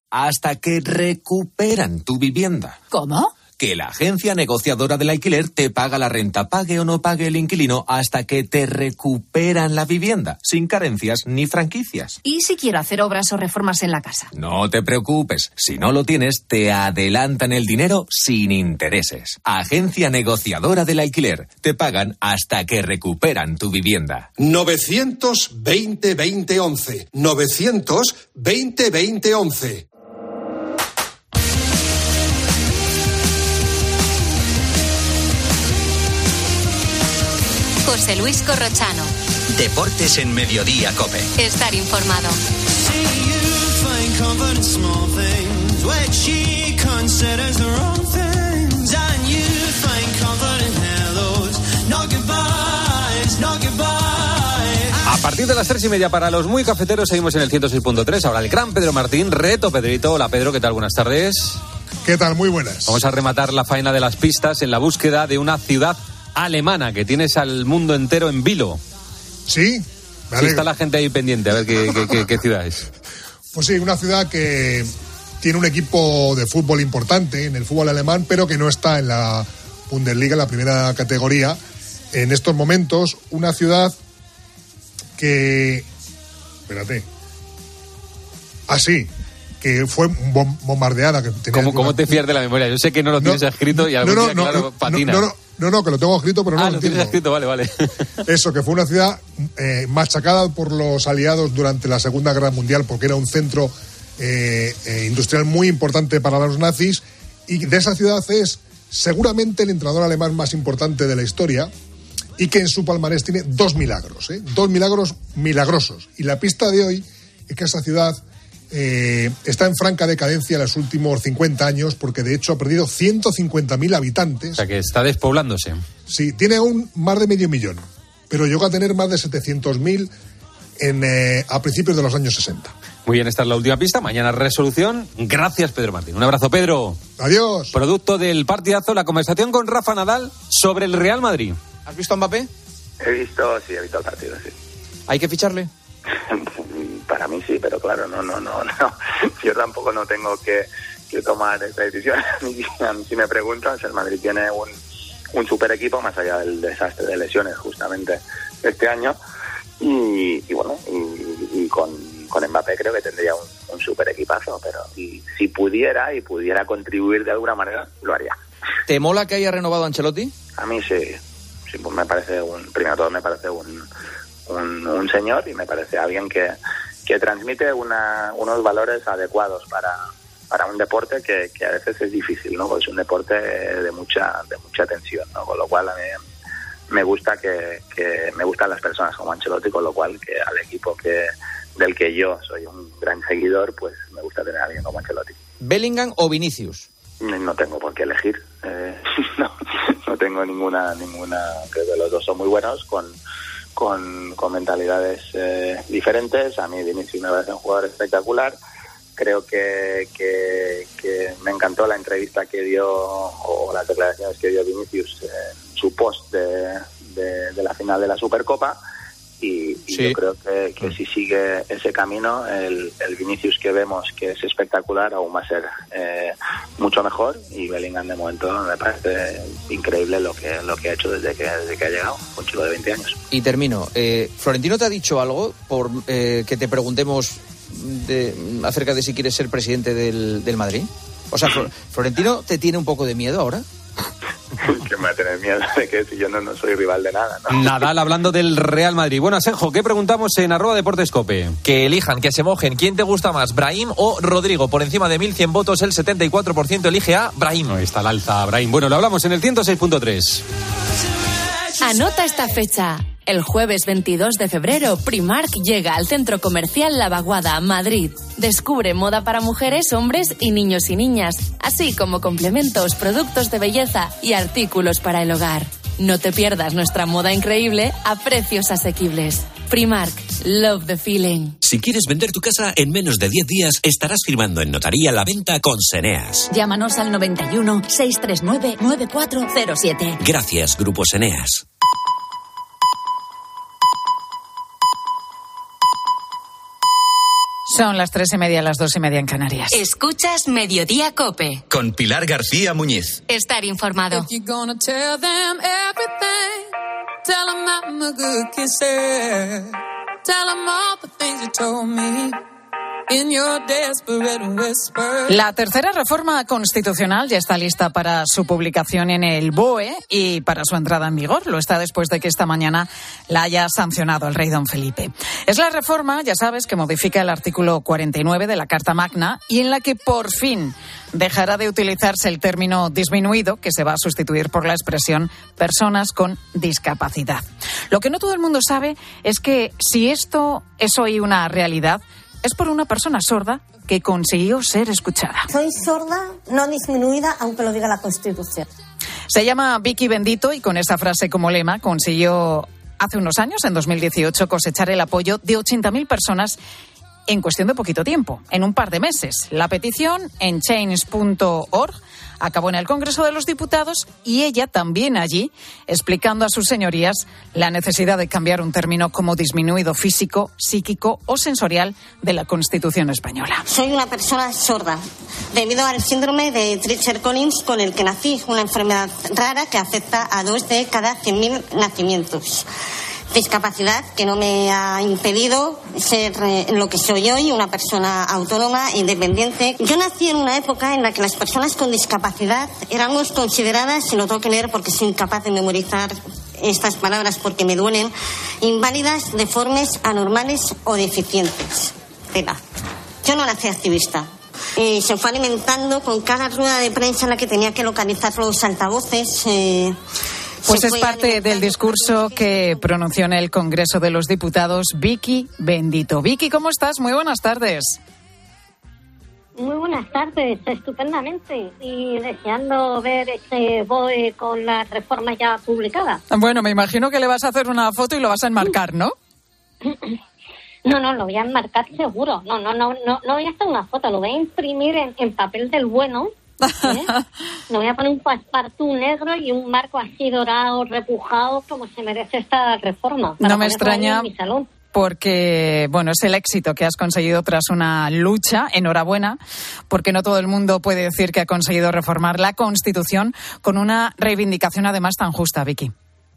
hasta que recuperan tu vivienda. ¿Cómo? Que la agencia negociadora del alquiler te paga la renta, pague o no pague el inquilino, hasta que te recuperan la vivienda, sin carencias ni franquicias. ¿Y si quiero hacer obras o reformas en la casa? No te preocupes, si no lo tienes, te adelantan el dinero sin intereses. Agencia negociadora del alquiler, te pagan hasta que recuperan tu vivienda. 920-2011. 920-2011. José Luis Corrochano. Deportes en Mediodía COPE. Estar informado. A partir de las 3:30 para los muy cafeteros seguimos en el 106.3. Ahora el gran Pedro Martín, reto Pedrito. Hola Pedro, ¿qué tal? Buenas tardes. ¿Qué tal? Muy buenas. Vamos a rematar la faena de las pistas en la búsqueda de una ciudad alemana que tienes al mundo entero en vilo. Sí, sí, está la gente ahí pendiente a ver qué ciudad es. Pues sí, una ciudad que tiene un equipo de fútbol importante en el fútbol alemán, pero que no está en la Bundesliga, en la primera categoría. En estos momentos, una ciudad que... Espérate. Que fue bombardeada. Que ¿Cómo te fías de la memoria? Yo sé que no lo tienes escrito y algún día, claro, patina. No, que lo tengo escrito, pero no lo entiendo. Lo tienes escrito, vale. Eso, que fue una ciudad machacada por los aliados durante la Segunda Guerra Mundial, porque era un centro industrial muy importante para los nazis, y de esa ciudad es seguramente el entrenador alemán más importante de la historia, y que en su palmarés tiene 2 milagros, 2 milagros milagrosos. Y la pista de hoy es que esa ciudad está en franca decadencia en los últimos 50 años, porque de hecho ha perdido 150.000 habitantes. O sea que está despoblándose. Sí, tiene aún más de 500.000, pero llegó a tener más de 700.000 a principios de los años 60. Muy bien, esta es la última pista. Mañana resolución. Gracias, Pedro Martín. Un abrazo, Pedro. Adiós. Producto del partidazo, la conversación con Rafa Nadal sobre el Real Madrid. ¿Has visto a Mbappé? He visto el partido, sí. ¿Hay que ficharle? Para mí sí, pero claro, no. Yo tampoco no tengo que tomar esta decisión. Si me preguntas, el Madrid tiene un super equipo, más allá del desastre de lesiones justamente este año. Y bueno, y con Mbappé creo que tendría un super equipazo, pero si pudiera contribuir de alguna manera, lo haría. ¿Te mola que haya renovado a Ancelotti? A mí sí, pues me parece primero de todo me parece un señor, y me parece alguien que transmite unos valores adecuados para un deporte que a veces es difícil, ¿no? Porque es un deporte de mucha tensión, ¿no? Con lo cual a mí me gusta que me gustan las personas como Ancelotti, con lo cual que al equipo del que yo soy un gran seguidor, pues me gusta tener a alguien como Ancelotti. ¿Bellingham o Vinicius? No tengo por qué elegir, no tengo ninguna, creo que los dos son muy buenos, con mentalidades diferentes. A mí Vinicius me parece un jugador espectacular. Creo que me encantó la entrevista que dio, o las declaraciones que dio Vinicius en su post de la final de la Supercopa, y sí. Yo creo que si sigue ese camino, el Vinicius que vemos, que es espectacular, aún va a ser mucho mejor, y Bellingham de momento me parece increíble lo que ha hecho desde que ha llegado, un chico de 20 años. Y termino, ¿Florentino te ha dicho algo por que te preguntemos acerca de si quieres ser presidente del Madrid? O sea, ¿Florentino te tiene un poco de miedo ahora? Que me va a tener miedo de que si yo no soy rival de nada, ¿no? Nadal hablando del Real Madrid. Bueno, Asenjo, ¿qué preguntamos en @deportescope? Que elijan, que se mojen. ¿Quién te gusta más, Brahim o Rodrigo? Por encima de 1.100 votos, el 74% elige a Brahim. Ahí está el alza, Brahim. Bueno, lo hablamos en el 106.3. Anota esta fecha. El jueves 22 de febrero, Primark llega al Centro Comercial La Vaguada, Madrid. Descubre moda para mujeres, hombres y niños y niñas, así como complementos, productos de belleza y artículos para el hogar. No te pierdas nuestra moda increíble a precios asequibles. Primark, love the feeling. Si quieres vender tu casa en menos de 10 días, estarás firmando en notaría la venta con Seneas. Llámanos al 91 639 9407. Gracias, Grupo Seneas. Son las 3:30, las 2:30 en Canarias. Escuchas Mediodía COPE. Con Pilar García Muñiz. Estar informado. La tercera reforma constitucional ya está lista para su publicación en el BOE y para su entrada en vigor. Lo está después de que esta mañana la haya sancionado el rey don Felipe. Es la reforma, ya sabes, que modifica el artículo 49 de la Carta Magna y en la que por fin dejará de utilizarse el término disminuido, que se va a sustituir por la expresión personas con discapacidad. Lo que no todo el mundo sabe es que si esto es hoy una realidad, es por una persona sorda que consiguió ser escuchada. Soy sorda, no disminuida, aunque lo diga la Constitución. Se llama Vicky Bendito y con esa frase como lema consiguió hace unos años, en 2018, cosechar el apoyo de 80.000 personas en cuestión de poquito tiempo, en un par de meses. La petición en change.org acabó en el Congreso de los Diputados y ella también allí, explicando a sus señorías la necesidad de cambiar un término como disminuido físico, psíquico o sensorial de la Constitución española. Soy una persona sorda, debido al síndrome de Treacher-Collins con el que nací, una enfermedad rara que afecta a 2 de cada 100.000 nacimientos. Discapacidad que no me ha impedido ser lo que soy hoy, una persona autónoma e independiente. Yo nací en una época en la que las personas con discapacidad éramos consideradas, y lo tengo que leer porque soy incapaz de memorizar estas palabras porque me duelen, inválidas, deformes, anormales o deficientes. Yo no nací activista. Se fue alimentando con cada rueda de prensa en la que tenía que localizar los altavoces. Pues es parte del discurso que pronunció en el Congreso de los Diputados Vicky Bendito. Vicky, ¿cómo estás? Muy buenas tardes. Muy buenas tardes, estupendamente. Y deseando ver ese BOE con la reforma ya publicada. Bueno, me imagino que le vas a hacer una foto y lo vas a enmarcar, ¿no? No, lo voy a enmarcar seguro. No voy a hacer una foto, lo voy a imprimir en papel del bueno. Le voy a poner un passepartout negro y un marco así dorado, repujado, como se merece esta reforma. No me extraña, porque, bueno, es el éxito que has conseguido tras una lucha. Enhorabuena, porque no todo el mundo puede decir que ha conseguido reformar la Constitución con una reivindicación además tan justa, Vicky.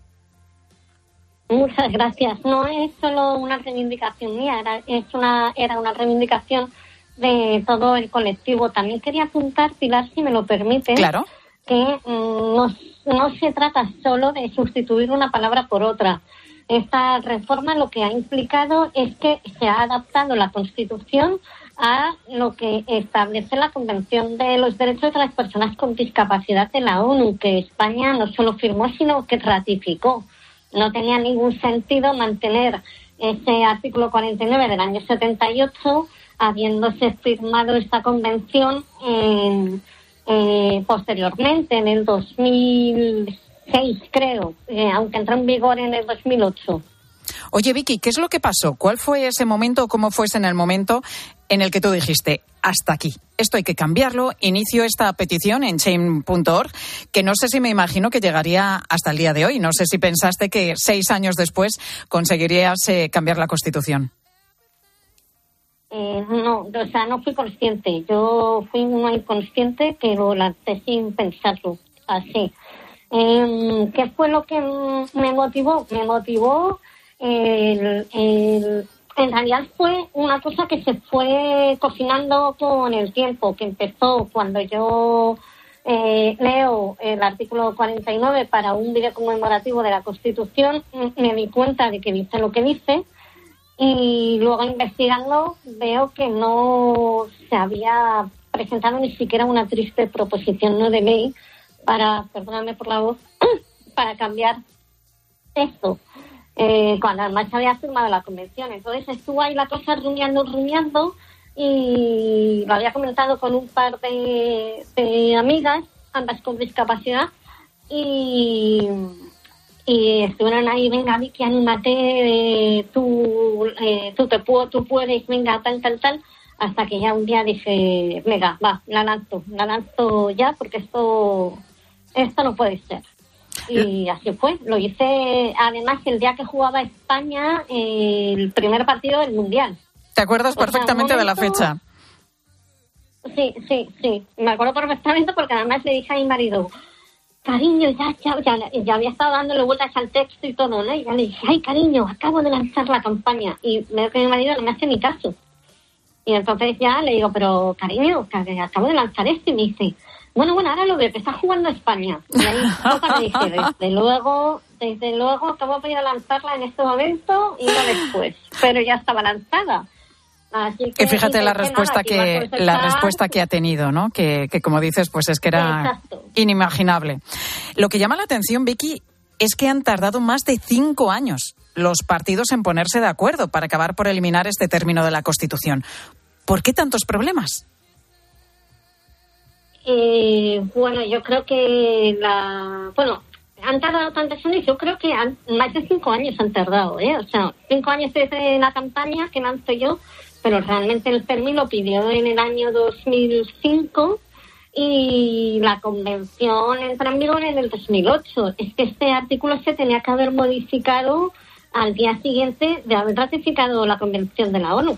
Muchas gracias. No es solo una reivindicación mía, era una reivindicación de todo el colectivo. También quería apuntar, Pilar, si me lo permite, claro, que no se trata solo de sustituir una palabra por otra. Esta reforma lo que ha implicado es que se ha adaptado la Constitución a lo que establece la Convención de los Derechos de las Personas con Discapacidad de la ONU, que España no solo firmó, sino que ratificó. No tenía ningún sentido mantener ese artículo 49 del año 78 habiéndose firmado esta convención posteriormente, en el 2006, creo, aunque entró en vigor en el 2008. Oye, Vicky, ¿qué es lo que pasó? ¿Cuál fue ese momento o cómo fue en el momento en el que tú dijiste, hasta aquí, esto hay que cambiarlo, inicio esta petición en change.org, que no sé si me imagino que llegaría hasta el día de hoy? No sé si pensaste que 6 años después conseguirías cambiar la Constitución. No fui consciente. Yo fui una inconsciente que lo lancé sin pensarlo, así. ¿Qué fue lo que me motivó? Me motivó en realidad fue una cosa que se fue cocinando con el tiempo, que empezó cuando yo leo el artículo 49 para un vídeo conmemorativo de la Constitución. Me di cuenta de que dice lo que dice. Y luego investigando veo que no se había presentado ni siquiera una triste proposición no de ley para, perdóname por la voz, para cambiar esto, cuando además se había firmado la convención. Entonces estuvo ahí la cosa rumiando y lo había comentado con un par de amigas, ambas con discapacidad, y estuvieron ahí, venga Vicky, anímate, tú puedes, venga, tal, hasta que ya un día dije, venga, va, la lanzo ya, porque esto no puede ser. Y así fue, lo hice además el día que jugaba España el primer partido del Mundial. ¿Te acuerdas perfectamente de la fecha? Sí. Me acuerdo perfectamente porque además le dije a mi marido, cariño, ya había estado dándole vueltas al texto y todo, ¿no? Y ya le dije, ay, cariño, acabo de lanzar la campaña. Y veo que mi marido no me hace ni caso. Y entonces ya le digo, pero cariño, que acabo de lanzar esto. Y me dice, bueno, ahora lo veo, que está jugando a España. Y ahí le dije, desde luego, acabo de ir a lanzarla en este momento y no después. Pero ya estaba lanzada. Así que fíjate la respuesta que ha tenido, ¿no? Que como dices, pues es que era inimaginable. Lo que llama la atención, Vicky, es que han tardado más de 5 años los partidos en ponerse de acuerdo para acabar por eliminar este término de la Constitución. ¿Por qué tantos problemas? Bueno, yo creo que han tardado tantos años, yo creo que más de 5 años han tardado, O sea, 5 años desde la campaña que lanzo yo, pero realmente el Fermi lo pidió en el año 2005 y la convención entra en vigor en el 2008. Es que este artículo se tenía que haber modificado al día siguiente de haber ratificado la convención de la ONU.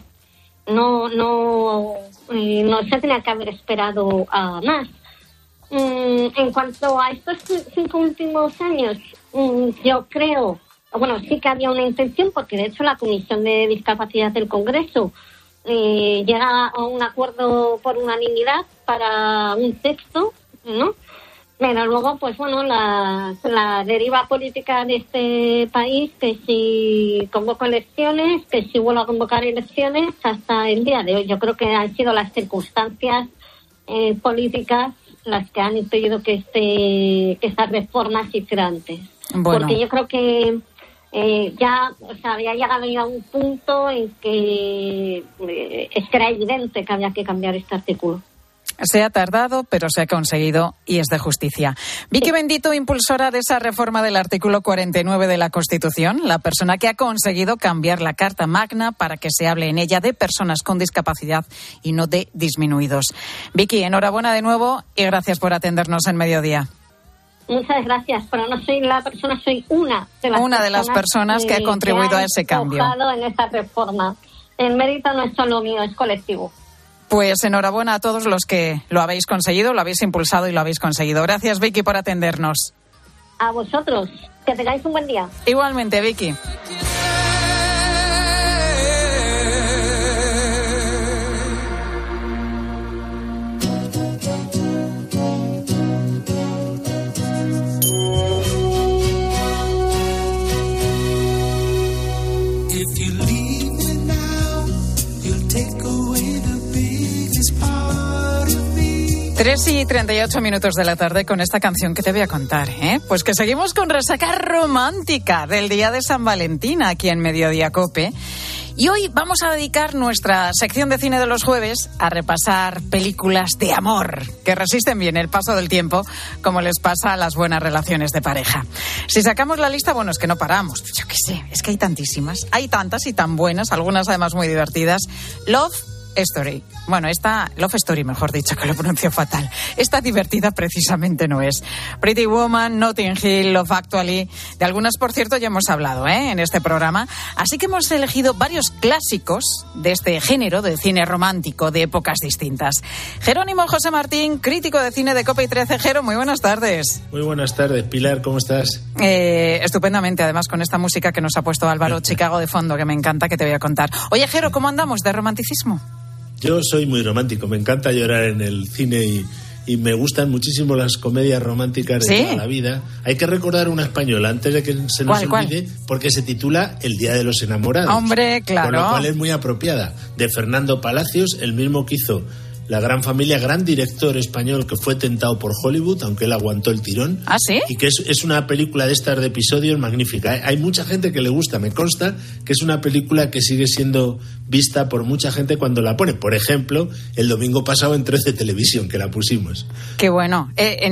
No se tenía que haber esperado a más. En cuanto a estos 5 últimos años, yo creo, sí que había una intención, porque de hecho la Comisión de Discapacidad del Congreso llega a un acuerdo por unanimidad para un texto, ¿no? Pero luego, la deriva política de este país, que si convoco elecciones, que si vuelvo a convocar elecciones, hasta el día de hoy. Yo creo que han sido las circunstancias políticas las que han impedido que estas reformas se hicieran antes. Bueno. Porque yo creo que había llegado ya a un punto en que era evidente que había que cambiar este artículo. Se ha tardado, pero se ha conseguido y es de justicia. Vicky Bendito, impulsora de esa reforma del artículo 49 de la Constitución, la persona que ha conseguido cambiar la Carta Magna para que se hable en ella de personas con discapacidad y no de disminuidos. Vicky, enhorabuena de nuevo y gracias por atendernos en Mediodía. Muchas gracias, pero no soy la persona, soy una de las personas que ha contribuido a ese cambio. En esta reforma. El mérito no es solo mío, es colectivo. Pues enhorabuena a todos los que lo habéis conseguido, lo habéis impulsado y lo habéis conseguido. Gracias, Vicky, por atendernos. A vosotros. Que tengáis un buen día. Igualmente, Vicky. If you leave me now, you'll take away the biggest part of me. 3:38 de la tarde con esta canción que te voy a contar, ¿eh? Pues que seguimos con resaca romántica del día de San Valentín aquí en Mediodía COPE. Y hoy vamos a dedicar nuestra sección de cine de los jueves a repasar películas de amor que resisten bien el paso del tiempo, como les pasa a las buenas relaciones de pareja. Si sacamos la lista, es que no paramos. Yo qué sé, es que hay tantísimas. Hay tantas y tan buenas, algunas además muy divertidas. Love Story. Esta Love Story, mejor dicho, que lo pronuncio fatal. Esta divertida precisamente no es. Pretty Woman, Notting Hill, Love Actually. De algunas, por cierto, ya hemos hablado en este programa. Así que hemos elegido varios clásicos de este género de cine romántico de épocas distintas. Jerónimo José Martín, crítico de cine de COPE y 13. Jero, muy buenas tardes. Muy buenas tardes, Pilar, ¿cómo estás? Estupendamente, además con esta música que nos ha puesto Álvaro Chicago de fondo, que me encanta, que te voy a contar. Oye, Jero, ¿cómo andamos de romanticismo? Yo soy muy romántico, me encanta llorar en el cine y me gustan muchísimo las comedias románticas de toda la vida. Hay que recordar una española antes de que se nos olvide, porque se titula El Día de los Enamorados. Hombre, claro. Con lo cual es muy apropiada. De Fernando Palacios, el mismo que hizo La Gran Familia, gran director español que fue tentado por Hollywood, aunque él aguantó el tirón. ¿Ah, sí? Y que es una película de estas de episodios magnífica. Hay mucha gente que le gusta, me consta que es una película que sigue siendo vista por mucha gente cuando la pone. Por ejemplo, el domingo pasado en 13 Televisión, que la pusimos. Qué bueno.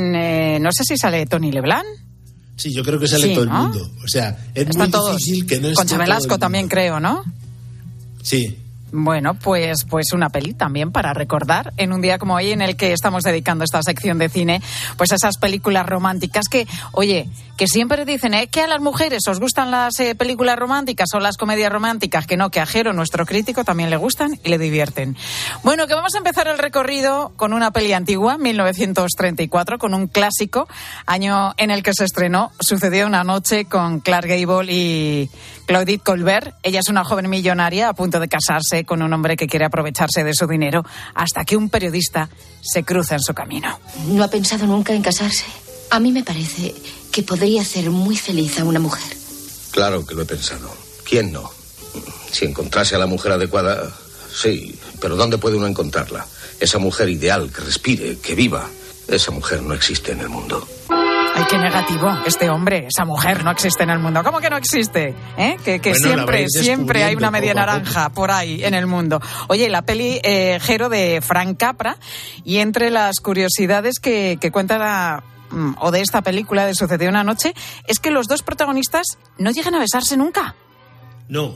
No sé si sale Tony Leblanc. Sí, yo creo que sale todo el mundo. O sea, es están muy difícil que no esté Concha Velasco también, creo, ¿no? Sí. Bueno, pues una peli también para recordar en un día como hoy en el que estamos dedicando esta sección de cine, pues a esas películas románticas que, oye, que siempre dicen que a las mujeres os gustan las películas románticas o las comedias románticas, que no, que a Jero, nuestro crítico, también le gustan y le divierten. Bueno, que vamos a empezar el recorrido con una peli antigua, 1934, con un clásico, año en el que se estrenó Sucedió una noche, con Clark Gable y Claudette Colbert. Ella es una joven millonaria a punto de casarse con un hombre que quiere aprovecharse de su dinero, hasta que un periodista se cruza en su camino. ¿No ha pensado nunca en casarse? A mí me parece que podría hacer muy feliz a una mujer. Claro que lo he pensado. ¿Quién no? Si encontrase a la mujer adecuada, sí, pero ¿dónde puede uno encontrarla? Esa mujer ideal, que respire, que viva. Esa mujer no existe en el mundo. Ay, qué negativo, este hombre, esa mujer no existe en el mundo. ¿Cómo que no existe? Que bueno, siempre hay una media naranja por ahí en el mundo. Oye, la peli Jero de Frank Capra, y entre las curiosidades que cuenta o de esta película de Sucedió una noche, es que los dos protagonistas no llegan a besarse nunca. No.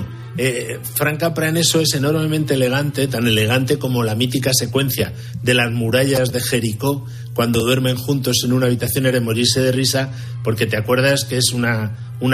Frank Capra en eso es enormemente elegante, tan elegante como la mítica secuencia de las murallas de Jericó, cuando duermen juntos en una habitación, era morirse de risa, porque te acuerdas que es una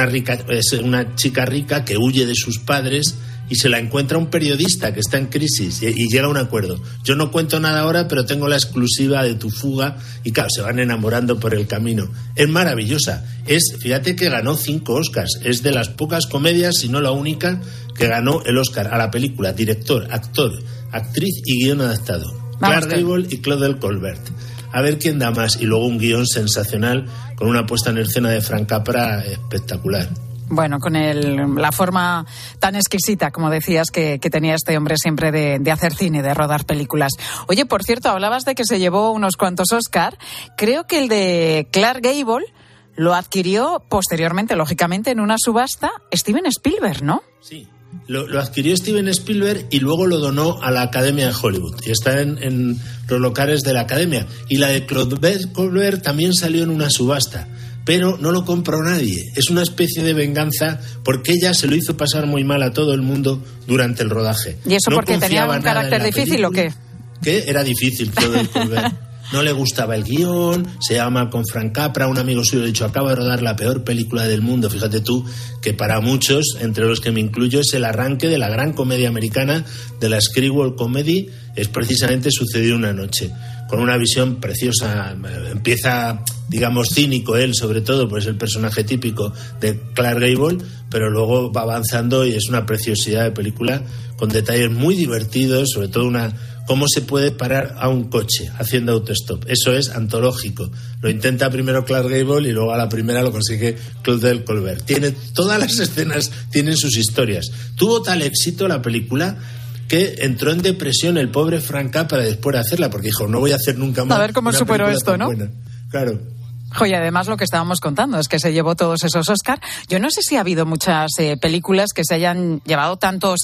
chica rica que huye de sus padres y se la encuentra un periodista que está en crisis y llega a un acuerdo. Yo no cuento nada ahora, pero tengo la exclusiva de tu fuga, y claro, se van enamorando por el camino. Es maravillosa. Fíjate que ganó 5 Oscars. Es de las pocas comedias, si no la única, que ganó el Oscar a la película, director, actor, actriz y guión adaptado. Clark Gable y Claudette Colbert. A ver quién da más. Y luego un guión sensacional con una puesta en escena de Frank Capra espectacular. Bueno, con la forma tan exquisita, como decías, que tenía este hombre siempre de hacer cine, de rodar películas. Oye, por cierto, hablabas de que se llevó unos cuantos Oscar. Creo que el de Clark Gable lo adquirió posteriormente, lógicamente, en una subasta, Steven Spielberg, ¿no? Sí. Lo adquirió Steven Spielberg y luego lo donó a la Academia de Hollywood. Y está en los locales de la Academia. Y la de Claudette Colbert también salió en una subasta, pero no lo compró nadie. Es una especie de venganza, porque ella se lo hizo pasar muy mal a todo el mundo durante el rodaje. ¿Y eso porque tenía un carácter difícil o qué? Que era difícil Claudette Colbert. No le gustaba el guión, se llama con Frank Capra, un amigo suyo le ha dicho, acaba de rodar la peor película del mundo. Fíjate tú que para muchos, entre los que me incluyo, es el arranque de la gran comedia americana, de la Screwball Comedy, es precisamente Sucedió una noche, con una visión preciosa. Empieza, digamos, cínico él, sobre todo, pues el personaje típico de Clark Gable, pero luego va avanzando y es una preciosidad de película, con detalles muy divertidos, sobre todo cómo se puede parar a un coche haciendo autostop. Eso es antológico. Lo intenta primero Clark Gable y luego a la primera lo consigue Claudette Colbert. Todas las escenas tienen sus historias. Tuvo tal éxito la película que entró en depresión el pobre Frank Capra después de hacerla, porque dijo, no voy a hacer nunca más. A ver cómo superó esto, ¿no? Buena. Claro. Y además lo que estábamos contando es que se llevó todos esos Oscar. Yo no sé si ha habido muchas películas que se hayan llevado tantos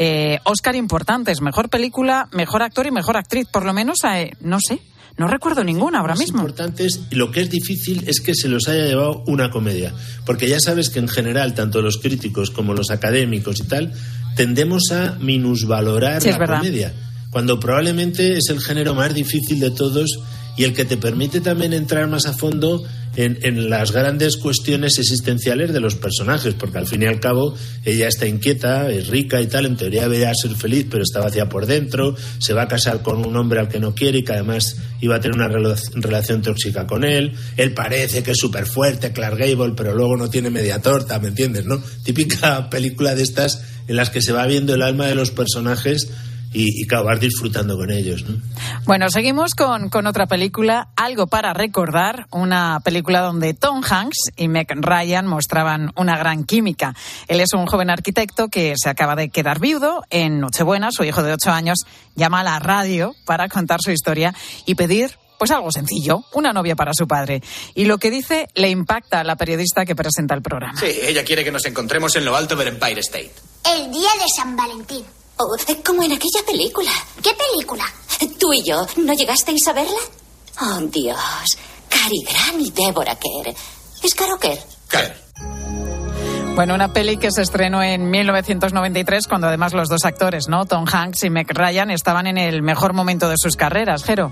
Oscar importantes. Mejor película, mejor actor y mejor actriz. Por lo menos, no sé. No recuerdo ninguna ahora mismo. Importantes, y lo que es difícil es que se los haya llevado una comedia. Porque ya sabes que en general, tanto los críticos como los académicos y tal, tendemos a minusvalorar la comedia, cuando probablemente es el género más difícil de todos y el que te permite también entrar más a fondo en las grandes cuestiones existenciales de los personajes, porque al fin y al cabo ella está inquieta, es rica y tal, en teoría debería ser feliz, pero está vacía por dentro, se va a casar con un hombre al que no quiere y que además iba a tener una relación tóxica con él parece que es súper fuerte, Clark Gable, pero luego no tiene media torta, ¿me entiendes, no? Típica película de estas en las que se va viendo el alma de los personajes y claro, vas disfrutando con ellos, ¿no? Bueno, seguimos con otra película, algo para recordar, una película donde Tom Hanks y Meg Ryan mostraban una gran química. Él es un joven arquitecto que se acaba de quedar viudo. En Nochebuena, su hijo de 8 años llama a la radio para contar su historia y pedir pues algo sencillo, una novia para su padre. Y lo que dice le impacta a la periodista que presenta el programa. Sí, ella quiere que nos encontremos en lo alto del Empire State. El día de San Valentín. Oh, como en aquella película. ¿Qué película? Tú y yo, ¿no llegasteis a verla? Oh, Dios. Cary Grant y Deborah Kerr. ¿Es Caro Kerr? Kerr. Bueno, una peli que se estrenó en 1993, cuando además los dos actores, ¿no? Tom Hanks y Meg Ryan, estaban en el mejor momento de sus carreras, Jero.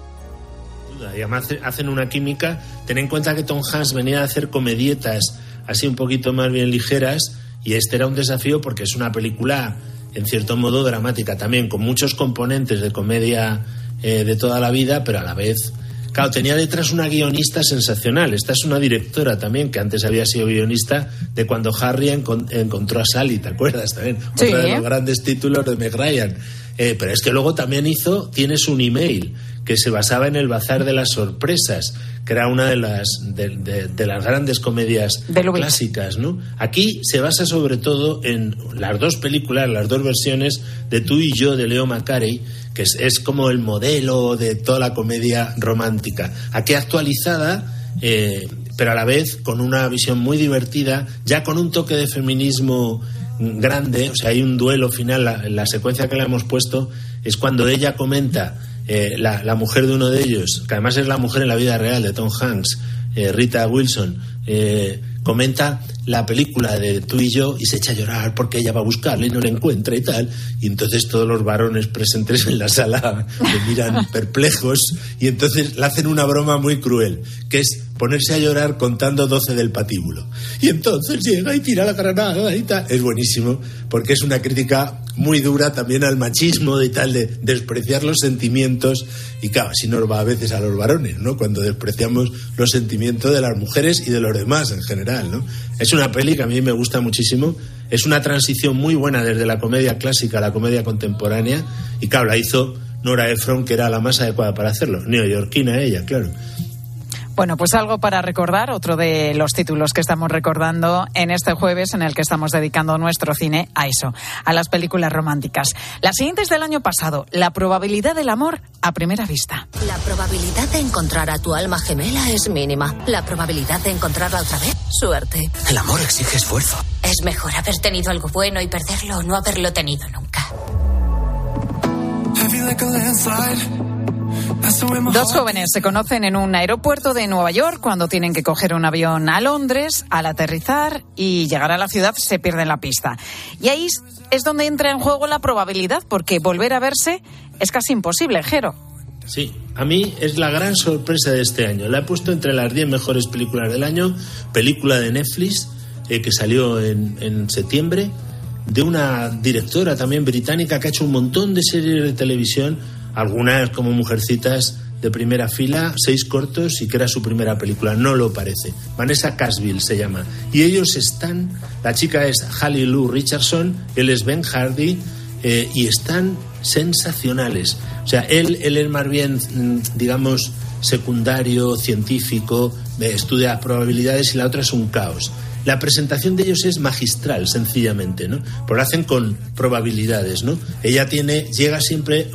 Y además hacen una química. Ten en cuenta que Tom Hanks venía a hacer comedietas así un poquito más bien ligeras, y este era un desafío porque es una película en cierto modo dramática también, con muchos componentes de comedia de toda la vida, pero a la vez, claro, tenía detrás una guionista sensacional. Esta es una directora también, que antes había sido guionista de Cuando Harry encontró a Sally, ¿te acuerdas? También, sí, otro de los grandes títulos de Meg Ryan. Pero es que luego también Tienes un email, que se basaba en El Bazar de las Sorpresas, que era una de las grandes comedias clásicas, ¿no? Aquí se basa sobre todo en las dos películas, las dos versiones de Tú y yo, de Leo Macarey, que es como el modelo de toda la comedia romántica. Aquí actualizada, pero a la vez con una visión muy divertida, ya con un toque de feminismo grande. O sea, hay un duelo final, la secuencia que le hemos puesto es cuando ella comenta, la mujer de uno de ellos, que además es la mujer en la vida real de Tom Hanks, Rita Wilson, comenta la película de Tú y yo y se echa a llorar porque ella va a buscarle y no la encuentra y tal, y entonces todos los varones presentes en la sala le miran perplejos, y entonces le hacen una broma muy cruel, que es ponerse a llorar contando 12 del patíbulo, y entonces llega y tira la granada y tal. Es buenísimo porque es una crítica muy dura también al machismo y tal, de despreciar los sentimientos, y claro, así nos va a veces a los varones, ¿no? Cuando despreciamos los sentimientos de las mujeres y de los demás en general, ¿no? Es una peli que a mí me gusta muchísimo, es una transición muy buena desde la comedia clásica a la comedia contemporánea, y claro, la hizo Nora Ephron, que era la más adecuada para hacerlo, neoyorquina ella, claro. Bueno, pues algo para recordar, otro de los títulos que estamos recordando en este jueves, en el que estamos dedicando nuestro cine a eso, a las películas románticas. La siguiente es del año pasado, La probabilidad del amor a primera vista. La probabilidad de encontrar a tu alma gemela es mínima. La probabilidad de encontrarla otra vez, suerte. El amor exige esfuerzo. Es mejor haber tenido algo bueno y perderlo o no haberlo tenido nunca. Dos jóvenes se conocen en un aeropuerto de Nueva York cuando tienen que coger un avión a Londres. Al aterrizar y llegar a la ciudad se pierden la pista. Y ahí es donde entra en juego la probabilidad, porque volver a verse es casi imposible, Jero. Sí, a mí es la gran sorpresa de este año. La he puesto entre las 10 mejores películas del año. Película de Netflix, que salió en septiembre, de una directora también británica que ha hecho un montón de series de televisión, algunas como Mujercitas de primera fila, 6 cortos, y que era su primera película, no lo parece. Vanessa Casville se llama. Y ellos están, la chica es Haley Lou Richardson, él es Ben Hardy, y están sensacionales. O sea, él es más bien, digamos, secundario, científico, estudia probabilidades, y la otra es un caos. La presentación de ellos es magistral, sencillamente, ¿no? Pero lo hacen con probabilidades, ¿no? Ella llega siempre,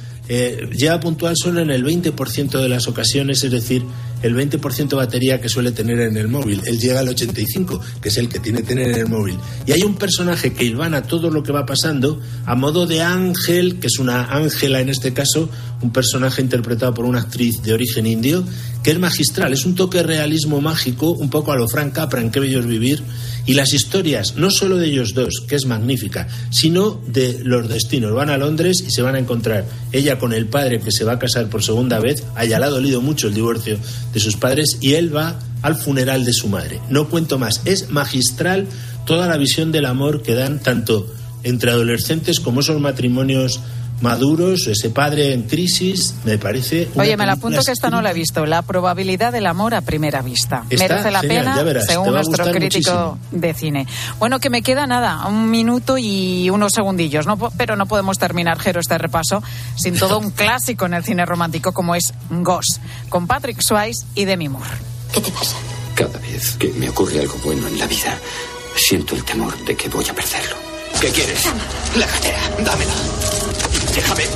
llega puntual solo en el 20% de las ocasiones, es decir, el 20% de batería que suele tener en el móvil. Él llega al 85%, que es el que tiene que tener en el móvil. Y hay un personaje que hilvana todo lo que va pasando a modo de ángel, que es una ángela en este caso, un personaje interpretado por una actriz de origen indio, que es magistral. Es un toque de realismo mágico, un poco a lo Frank Capra en Qué bello es vivir. Y las historias, no solo de ellos dos, que es magnífica, sino de los destinos. Van a Londres y se van a encontrar ella con el padre, que se va a casar por segunda vez. A ella le ha dolido mucho el divorcio de sus padres, y él va al funeral de su madre. No cuento más. Es magistral toda la visión del amor que dan tanto entre adolescentes como esos matrimonios maduros, ese padre en crisis. Me parece una... Oye, me la apunto, que esta no la he visto. La probabilidad del amor a primera vista. Merece la pena, verás, según nuestro crítico muchísimo de cine. Bueno, que me queda nada, 1 minuto y unos segundillos, ¿no? Pero no podemos terminar, Jero, este repaso sin todo un clásico en el cine romántico como es Ghost, con Patrick Swayze y Demi Moore. ¿Qué te pasa? Cada vez que me ocurre algo bueno en la vida, siento el temor de que voy a perderlo. ¿Qué quieres? La cartera, dámela. ¡Déjame!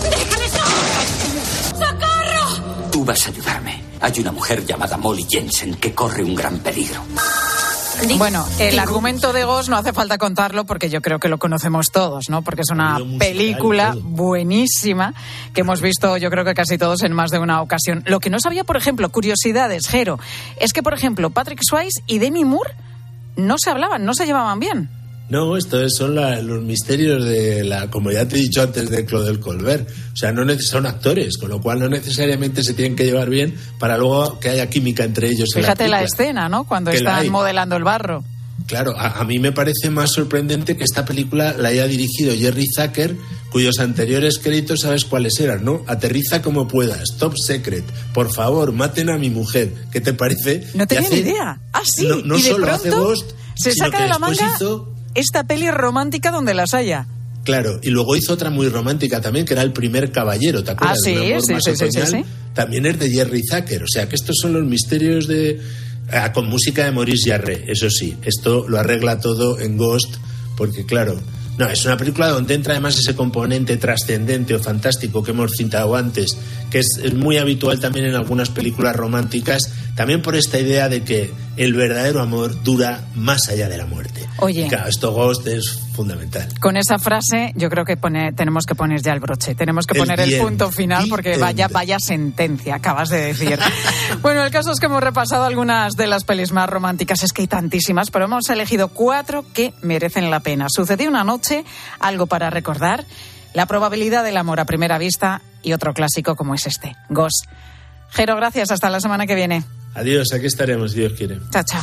¡Socorro! Tú vas a ayudarme. Hay una mujer llamada Molly Jensen que corre un gran peligro. Bueno, el argumento de Ghost no hace falta contarlo porque yo creo que lo conocemos todos, ¿no? Porque es una película buenísima que hemos visto, yo creo que casi todos en más de una ocasión. Lo que no sabía, por ejemplo, curiosidades, Jero, es que, por ejemplo, Patrick Swayze y Demi Moore no se hablaban, no se llevaban bien. No, estos son los misterios como ya te he dicho antes, de Claudel Colbert. O sea, son actores, con lo cual no necesariamente se tienen que llevar bien para luego que haya química entre ellos. Fíjate la escena, ¿no? Cuando están modelando el barro. Claro, a mí me parece más sorprendente que esta película la haya dirigido Jerry Zucker, cuyos anteriores créditos sabes cuáles eran, ¿no? Aterriza como puedas, Top Secret, por favor, maten a mi mujer. ¿Qué te parece? No tenía ni idea. Ah, sí. No y de solo pronto hace Ghost, se saca de la manga esta peli romántica donde las haya. Claro, y luego hizo otra muy romántica también, que era El primer caballero, ¿te acuerdas? Sí, Un amor más otoñal. sí. También es de Jerry Zucker, o sea que estos son los misterios con música de Maurice Jarre, eso sí, esto lo arregla todo en Ghost, porque claro, no, es una película donde entra además ese componente trascendente o fantástico que hemos citado antes, que es muy habitual también en algunas películas románticas, también por esta idea de que el verdadero amor dura más allá de la muerte. Oye, y claro, esto Ghost es fundamental. Con esa frase yo creo que tenemos que poner ya el broche, tenemos que poner el punto final, porque vaya sentencia acabas de decir. Bueno, el caso es que hemos repasado algunas de las pelis más románticas, es que hay tantísimas, pero hemos elegido 4 que merecen la pena. Sucedió una noche, algo para recordar, La probabilidad del amor a primera vista y otro clásico como es este, Ghost. Jero, gracias, hasta la semana que viene. Adiós, aquí estaremos, si Dios quiere. Chao, chao.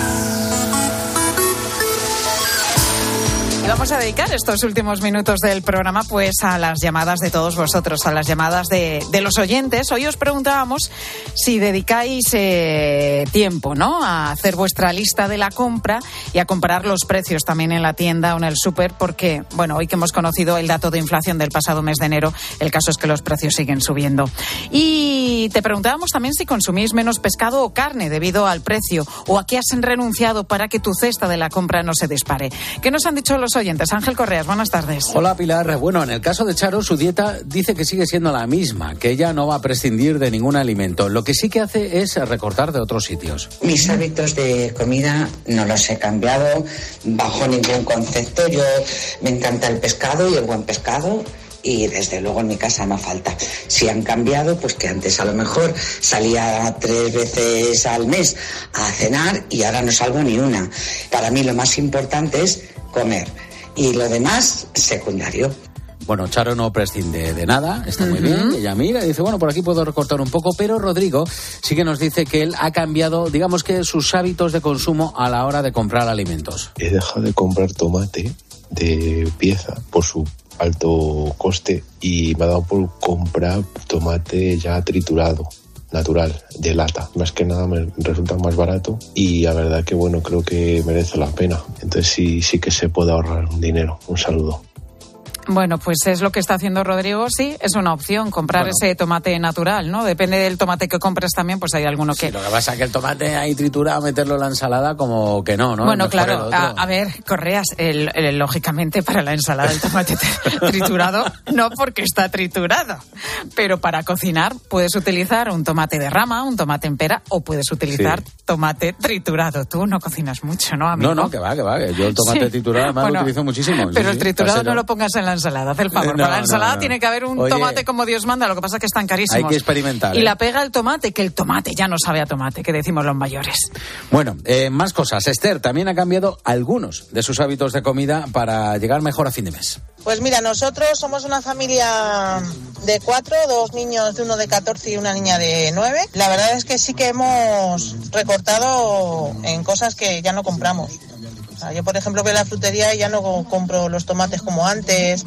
Vamos a dedicar estos últimos minutos del programa pues a las llamadas de todos vosotros, a las llamadas de los oyentes. Hoy os preguntábamos si dedicáis tiempo, ¿no?, a hacer vuestra lista de la compra y a comparar los precios también en la tienda o en el súper, porque, bueno, hoy que hemos conocido el dato de inflación del pasado mes de enero, el caso es que los precios siguen subiendo. Y te preguntábamos también si consumís menos pescado o carne debido al precio, o a qué has renunciado para que tu cesta de la compra no se dispare. ¿Qué nos han dicho los oyentes? Ángel Correas, buenas tardes. Hola, Pilar. Bueno, en el caso de Charo, su dieta dice que sigue siendo la misma, que ella no va a prescindir de ningún alimento. Lo que sí que hace es recortar de otros sitios. Mis hábitos de comida no los he cambiado bajo ningún concepto. Yo me encanta el pescado y el buen pescado. Y desde luego en mi casa no falta. Si han cambiado, pues que antes a lo mejor salía 3 veces al mes a cenar y ahora no salgo ni una. Para mí lo más importante es comer y lo demás secundario. Bueno, Charo no prescinde de nada, está muy bien. Ella mira y dice, bueno, por aquí puedo recortar un poco, pero Rodrigo sí que nos dice que él ha cambiado, digamos que sus hábitos de consumo a la hora de comprar alimentos. He dejado de comprar tomate de pieza por su alto coste y me ha dado por comprar tomate ya triturado, natural, de lata. Más que nada me resulta más barato y la verdad que bueno, creo que merece la pena. Entonces sí que se puede ahorrar un dinero. Un saludo. Bueno, pues es lo que está haciendo Rodrigo, sí, es una opción, comprar ese tomate natural, ¿no? Depende del tomate que compres también, pues hay alguno que... Sí, lo que pasa es que el tomate ahí triturado, meterlo en la ensalada, como que no, ¿no? Bueno, claro, a ver, Correas, lógicamente para la ensalada el tomate triturado, no porque está triturado, pero para cocinar puedes utilizar un tomate de rama, un tomate en pera, o puedes utilizar tomate triturado. Tú no cocinas mucho, ¿no, amigo? No, que va. Yo el tomate triturado además lo utilizo muchísimo. Pero el triturado no lo pongas en la ensalada, haz el favor. Para la ensalada tiene que haber un tomate como Dios manda, lo que pasa es que están carísimos. Hay que experimentar. Y la pega el tomate, que el tomate ya no sabe a tomate, que decimos los mayores. Bueno, más cosas. Esther también ha cambiado algunos de sus hábitos de comida para llegar mejor a fin de mes. Pues mira, nosotros somos una familia de 4, 2 niños, de uno de 14 y una niña de 9. La verdad es que sí que hemos recortado en cosas que ya no compramos. O sea, yo, por ejemplo, voy a la frutería y ya no compro los tomates como antes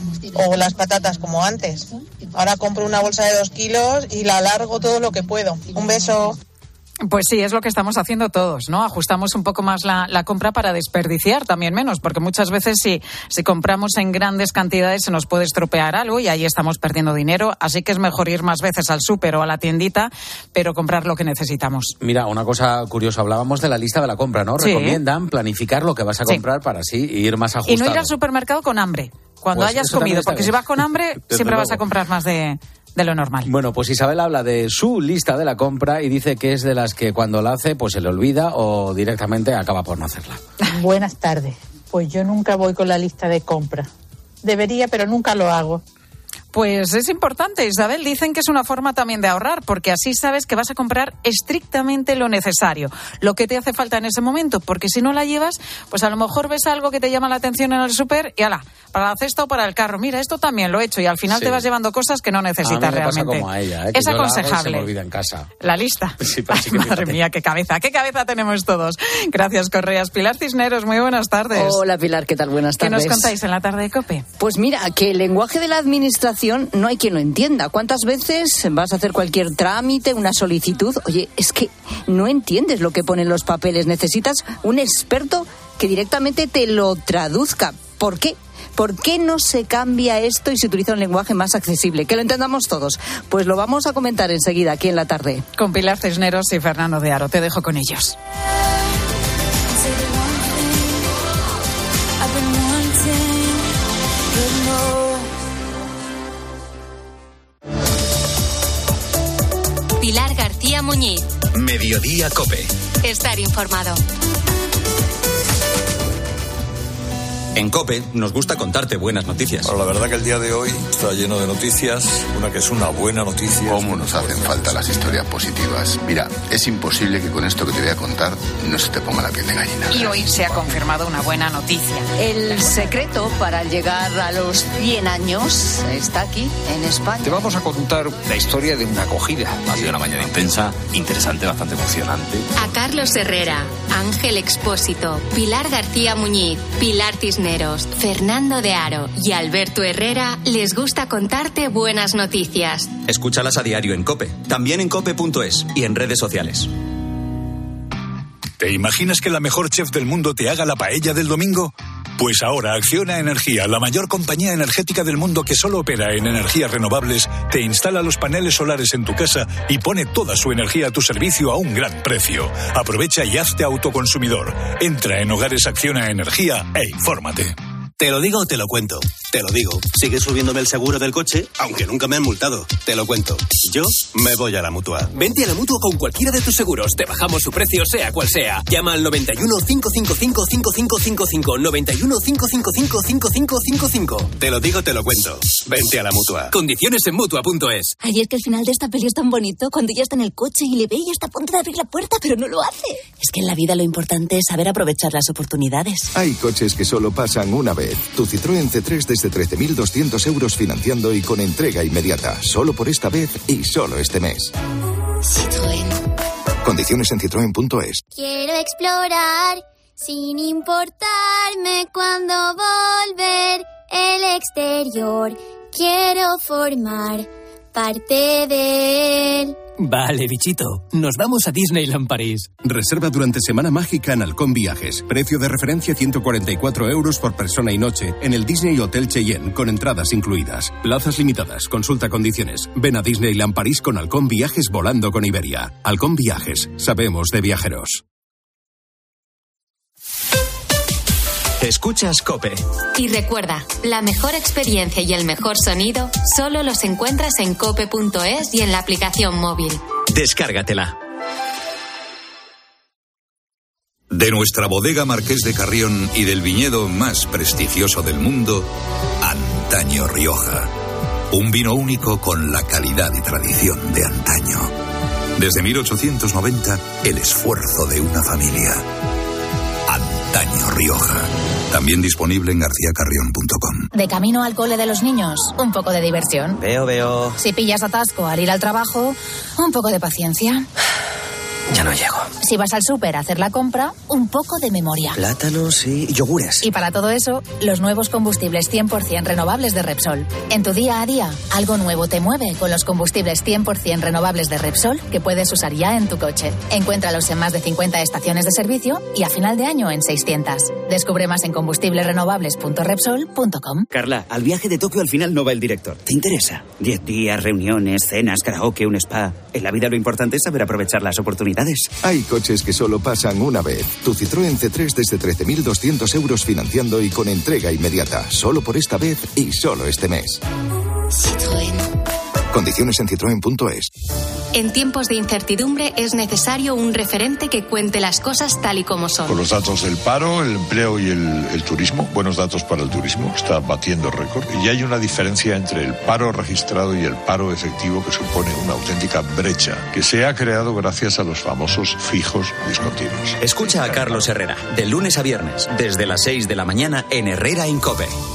o las patatas como antes. Ahora compro una bolsa de 2 kilos y la alargo todo lo que puedo. Un beso. Pues sí, es lo que estamos haciendo todos, ¿no? Ajustamos un poco más la compra para desperdiciar también menos, porque muchas veces si compramos en grandes cantidades se nos puede estropear algo y ahí estamos perdiendo dinero, así que es mejor ir más veces al súper o a la tiendita, pero comprar lo que necesitamos. Mira, una cosa curiosa, hablábamos de la lista de la compra, ¿no? Sí. Recomiendan planificar lo que vas a comprar para así ir más ajustado. Y no ir al supermercado con hambre, cuando hayas comido, porque si vas con hambre siempre vas a comprar más de lo normal. Bueno, pues Isabel habla de su lista de la compra y dice que es de las que cuando la hace pues se le olvida o directamente acaba por no hacerla. Buenas tardes. Pues yo nunca voy con la lista de compra. Debería, pero nunca lo hago. Pues es importante, Isabel. Dicen que es una forma también de ahorrar, porque así sabes que vas a comprar estrictamente lo necesario, lo que te hace falta en ese momento, porque si no la llevas, pues a lo mejor ves algo que te llama la atención en el súper y ala, para la cesta o para el carro. Mira, esto también lo he hecho y al final te vas llevando cosas que no necesitas a mí me realmente. pasa como a ella, que es aconsejable. Se me olvida en casa. La lista. Sí, así que madre mía, qué cabeza tenemos todos. Gracias, Correas. Pilar Cisneros, muy buenas tardes. Hola, Pilar, ¿qué tal? Buenas tardes. ¿Qué nos contáis en la tarde de COPE? Pues mira, que el lenguaje de la administración no hay quien lo entienda. ¿Cuántas veces vas a hacer cualquier trámite, una solicitud? Oye, es que no entiendes lo que ponen los papeles. Necesitas un experto que directamente te lo traduzca. ¿Por qué? ¿Por qué no se cambia esto y se utiliza un lenguaje más accesible? Que lo entendamos todos. Pues lo vamos a comentar enseguida aquí en la tarde. Con Pilar Cisneros y Fernando de Aro. Te dejo con ellos. Pilar García Muñiz. Mediodía COPE. Estar informado. En COPE nos gusta contarte buenas noticias. Bueno, la verdad que el día de hoy está lleno de noticias, una que es una buena noticia. ¿Cómo nos hacen falta las historias positivas? Mira, es imposible que con esto que te voy a contar no se te ponga la piel de gallina. Y hoy se ha confirmado una buena noticia. El secreto para llegar a los 100 años está aquí, en España. Te vamos a contar la historia de una acogida. Ha sido una mañana intensa, interesante, bastante emocionante. A Carlos Herrera, Ángel Expósito, Pilar García Muñiz, Pilar Cisneros, Fernando de Aro y Alberto Herrera les gusta contarte buenas noticias. Escúchalas a diario en COPE, también en cope.es y en redes sociales. ¿Te imaginas que la mejor chef del mundo te haga la paella del domingo? Pues ahora Acciona Energía, la mayor compañía energética del mundo que solo opera en energías renovables, te instala los paneles solares en tu casa y pone toda su energía a tu servicio a un gran precio. Aprovecha y hazte autoconsumidor. Entra en Hogares Acciona Energía e infórmate. Te lo digo o te lo cuento. Te lo digo. Sigue subiéndome el seguro del coche, aunque nunca me han multado. Te lo cuento. Yo me voy a la Mutua. Vente a la Mutua con cualquiera de tus seguros. Te bajamos su precio, sea cual sea. Llama al 91 555 5555. 91 555 5555. Te lo digo, te lo cuento. Vente a la Mutua. Condiciones en Mutua.es. Ay, es que el final de esta peli es tan bonito. Cuando ya está en el coche y le ve y está a punto de abrir la puerta, pero no lo hace. Es que en la vida lo importante es saber aprovechar las oportunidades. Hay coches que solo pasan una vez. Tu Citroën C3 desde 13.200 euros financiando y con entrega inmediata. Solo por esta vez y solo este mes. Citroën. Condiciones en citroen.es. Quiero explorar sin importarme cuándo volver el exterior. Quiero formar parte de él. Vale, bichito. Nos vamos a Disneyland París. Reserva durante Semana Mágica en Halcón Viajes. Precio de referencia 144 euros por persona y noche en el Disney Hotel Cheyenne, con entradas incluidas. Plazas limitadas. Consulta condiciones. Ven a Disneyland París con Halcón Viajes volando con Iberia. Halcón Viajes. Sabemos de viajeros. Escuchas COPE. Y recuerda, la mejor experiencia y el mejor sonido solo los encuentras en cope.es y en la aplicación móvil. Descárgatela. De nuestra bodega Marqués de Carrión y del viñedo más prestigioso del mundo, Antaño Rioja. Un vino único con la calidad y tradición de antaño. Desde 1890, el esfuerzo de una familia. Antaño Rioja. También disponible en garciacarrión.com. De camino al cole de los niños, un poco de diversión. Veo. Si pillas atasco al ir al trabajo, un poco de paciencia. Ya no llego. Si vas al súper a hacer la compra, un poco de memoria. Plátanos y yogures. Y para todo eso, los nuevos combustibles 100% renovables de Repsol. En tu día a día, algo nuevo te mueve con los combustibles 100% renovables de Repsol que puedes usar ya en tu coche. Encuéntralos en más de 50 estaciones de servicio y a final de año en 600. Descubre más en combustiblesrenovables.repsol.com. Carla, al viaje de Tokio al final no va el director. ¿Te interesa? 10 días, reuniones, cenas, karaoke, un spa. En la vida lo importante es saber aprovechar las oportunidades. Hay coches que solo pasan una vez. Tu Citroën C3 desde 13.200 euros financiando y con entrega inmediata. Solo por esta vez y solo este mes. Citroën. Condiciones en citroen.es. En tiempos de incertidumbre es necesario un referente que cuente las cosas tal y como son. Con los datos del paro, el empleo y el turismo, buenos datos para el turismo, está batiendo récord. Y hay una diferencia entre el paro registrado y el paro efectivo que supone una auténtica brecha que se ha creado gracias a los famosos fijos discontinuos. Escucha a Carlos Herrera, de lunes a viernes, desde las 6 de la mañana en Herrera en COPE.